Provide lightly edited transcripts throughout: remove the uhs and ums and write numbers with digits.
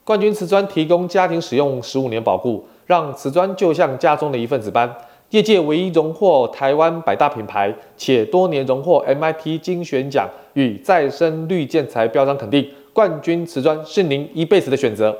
冠军瓷砖提供家庭使用15年保固，让瓷砖就像家中的一份子般。业界唯一荣获台湾百大品牌，且多年荣获 MIT 精选奖与再生绿建材标章肯定，冠军瓷砖是您一辈子的选择。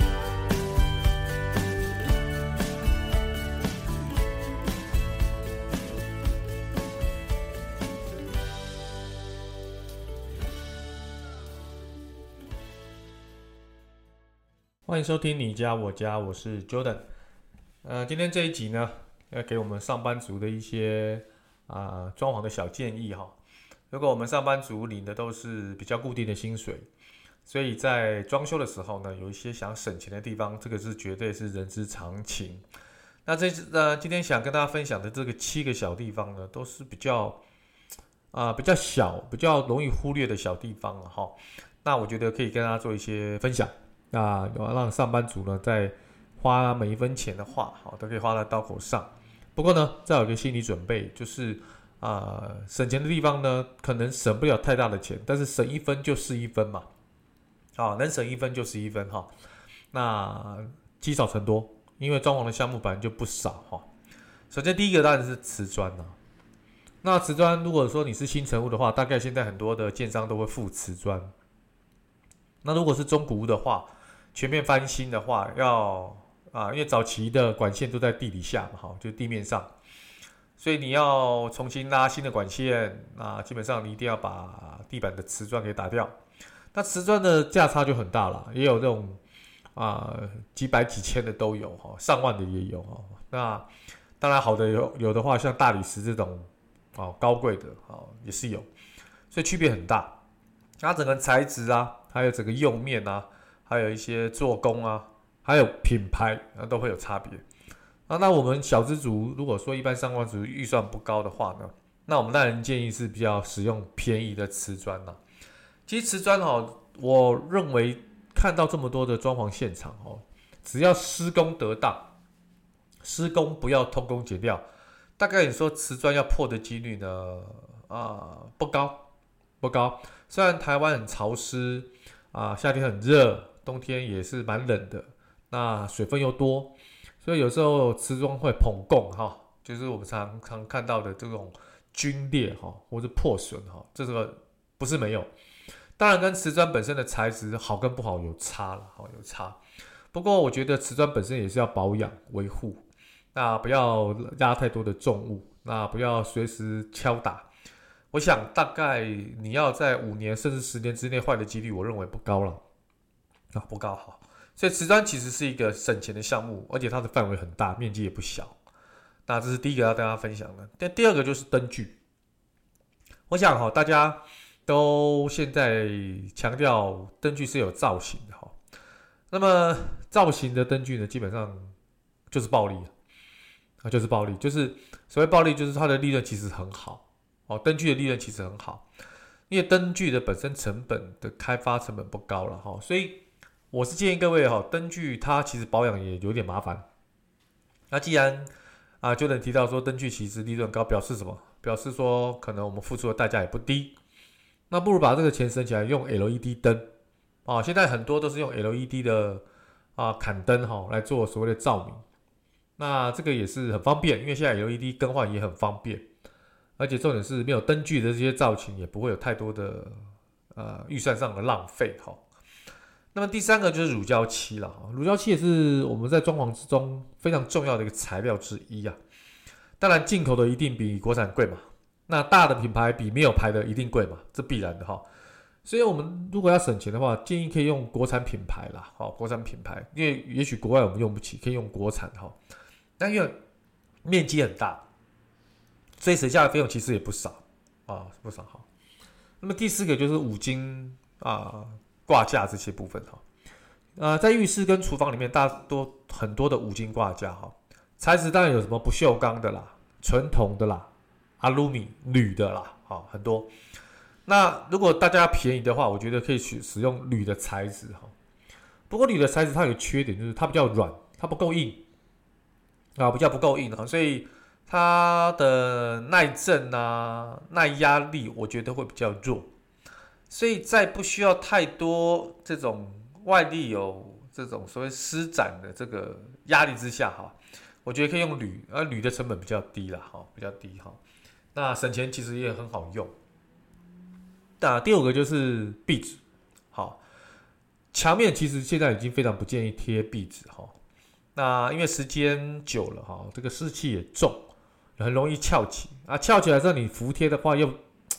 欢迎收听你家我家，我是 Jordan。今天这一集呢，要给我们上班族的一些装潢的小建议哈。如果我们上班族领的都是比较固定的薪水，所以在装修的时候呢，有一些想省钱的地方，这个是绝对是人之常情。那今天想跟大家分享的这个7个小地方呢，都是比较小、比较容易忽略的小地方了哈。那我觉得可以跟大家做一些分享。那让上班族呢，在花每一分钱的话，都可以花在刀口上。不过呢，再有一个心理准备，就是省钱的地方呢，可能省不了太大的钱，但是省1分就是1分嘛，能省1分就是1分哈。那积少成多，因为装潢的项目本来就不少哈。首先第一个当然是瓷砖啦。那瓷砖如果说你是新成屋的话，大概现在很多的建商都会附瓷砖。那如果是中古屋的话，全面翻新的话，因为早期的管线都在地底下嘛，就地面上，所以你要重新拉新的管线，基本上你一定要把地板的瓷砖给打掉。那瓷砖的价差就很大了，也有这种几百几千的都有，上万的也有。那当然好的有的话，像大理石这种高贵的也是有，所以区别很大。它整个材质还有整个釉面还有一些做工还有品牌都会有差别。那我们小资族如果说一般上班族预算不高的话呢，那我们当然建议是比较使用便宜的瓷砖其实瓷砖我认为看到这么多的装潢现场只要施工得当，施工不要偷工减料，大概你说瓷砖要破的几率呢不高。虽然台湾很潮湿夏天很热，冬天也是蛮冷的，那水分又多，所以有时候瓷砖会膨供就是我们常看到的这种皲裂或者破损这个不是没有。当然跟瓷砖本身的材质好跟不好有差了，有差。不过我觉得瓷砖本身也是要保养维护，那不要压太多的重物，那不要随时敲打。我想大概你要在5年甚至10年之内坏的几率，我认为不高了不高好。所以瓷砖其实是一个省钱的项目，而且它的范围很大，面积也不小。那这是第一个要跟大家分享的。但第二个就是灯具。我想大家都现在强调灯具是有造型的那么造型的灯具呢，基本上就是暴利就是暴利，就是所谓暴利，就是它的利润其实很好灯具的利润其实很好，因为灯具的本身成本的开发成本不高了所以我是建议各位灯具它其实保养也有点麻烦。那既然就能提到说灯具其实利润高，表示什么？表示说可能我们付出的代价也不低，那不如把这个钱省起来用 LED 灯现在很多都是用 LED 的砍灯来做所谓的照明，那这个也是很方便，因为现在 LED 更换也很方便。而且重点是没有灯具的这些造型也不会有太多的预算上的浪费那么第三个就是乳胶漆了乳胶漆也是我们在装潢之中非常重要的一个材料之一当然进口的一定比国产贵嘛，那大的品牌比没有牌的一定贵嘛，这必然的所以我们如果要省钱的话，建议可以用国产品牌啦国产品牌，因为也许国外我们用不起，可以用国产但因为面积很大，所以省下的费用其实也不少不少那么第四个就是五金挂架这些部分在浴室跟厨房里面很多的五金挂架材质当然有什么不锈钢的啦、纯铜的啦、阿鲁米、铝的啦很多。那如果大家便宜的话，我觉得可以使用铝的材质不过铝的材质它有个缺点，就是它比较软，它不够硬比较不够硬所以它的耐震耐压力我觉得会比较弱，所以在不需要太多这种外力有这种所谓施展的这个压力之下哈，我觉得可以用铝，铝的成本比较低啦，比较低哈。那省钱其实也很好用。那第5个就是壁纸，好，墙面其实现在已经非常不建议贴壁纸哈。那因为时间久了哈，这个湿气也重，很容易翘起啊。翘起来之后，你服贴的话又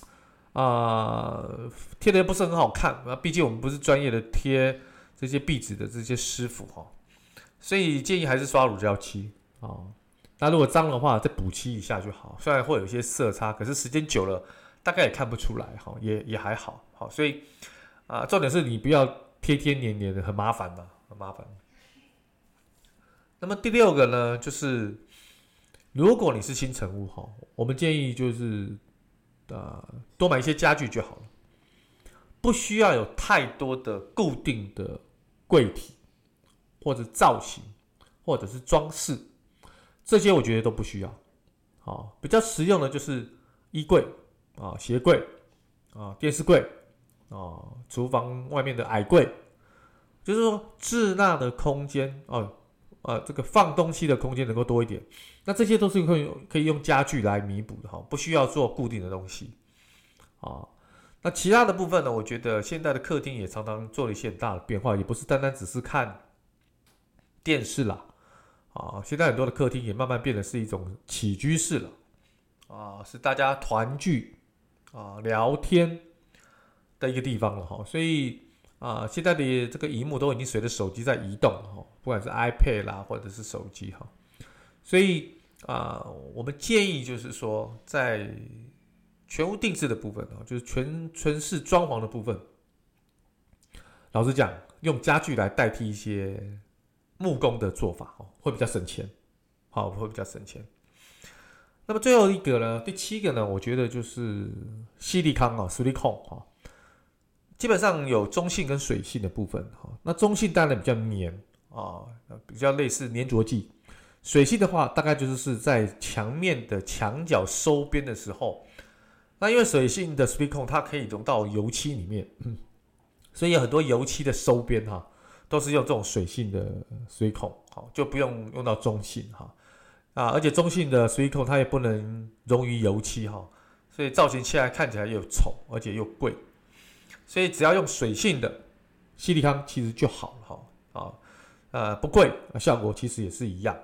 贴的又不是很好看啊。毕竟我们不是专业的贴这些壁纸的这些师傅哈，所以建议还是刷乳胶漆啊。那如果脏的话，再补漆一下就好。虽然会有一些色差，可是时间久了大概也看不出来哈，也还好。好，所以重点是你不要贴黏黏的，很麻烦嘛，很麻烦。那么第6个呢，就是如果你是新成屋哈，我们建议就是多买一些家具就好了，不需要有太多的固定的柜体或者造型或者是装饰，这些我觉得都不需要。比较实用的就是衣柜鞋柜电视柜厨房外面的矮柜，就是说置纳的空间这个放东西的空间能够多一点。那这些都是可以用家具来弥补的不需要做固定的东西那其他的部分呢，我觉得现在的客厅也常常做了一些很大的变化，也不是单单只是看电视啦现在很多的客厅也慢慢变得是一种起居室了是大家团聚聊天的一个地方了所以现在的这个萤幕都已经随着手机在移动不管是 iPad 啦或者是手机所以我们建议就是说，在全屋定制的部分就是全室装潢的部分，老实讲，用家具来代替一些木工的做法会比较省钱，会比较省钱。那么最后一个呢，第7个呢，我觉得就是矽利康silicone基本上有中性跟水性的部分那中性当然比较黏比较类似粘着剂。水性的话，大概就是在墙面的墙角收边的时候，那因为水性的 silicone 它可以融到油漆里面，所以有很多油漆的收边都是用这种水性的 silicone 就不用到中性而且中性的 silicone 它也不能溶于油漆所以造型起来看起来又丑，而且又贵，所以只要用水性的矽利康其实就好了不贵，效果其实也是一样。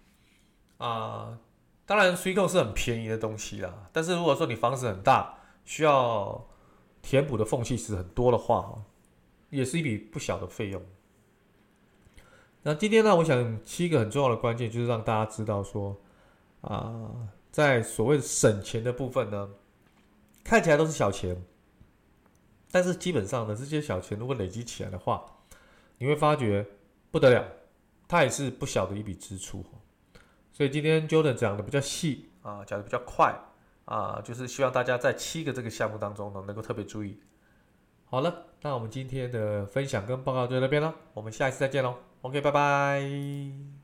当然 silicone 是很便宜的东西啦，但是如果说你房子很大，需要填补的缝隙是很多的话也是一笔不小的费用。那今天呢，我想7个很重要的关键就是让大家知道说在所谓的省钱的部分呢，看起来都是小钱，但是基本上呢，这些小钱如果累积起来的话，你会发觉不得了，它也是不小的一笔支出所以今天 Jordan 讲的比较细讲的比较快就是希望大家在7个这个项目当中呢，能够特别注意。好了，那我们今天的分享跟报告就到这边了，我们下一次再见咯。OK， 拜拜。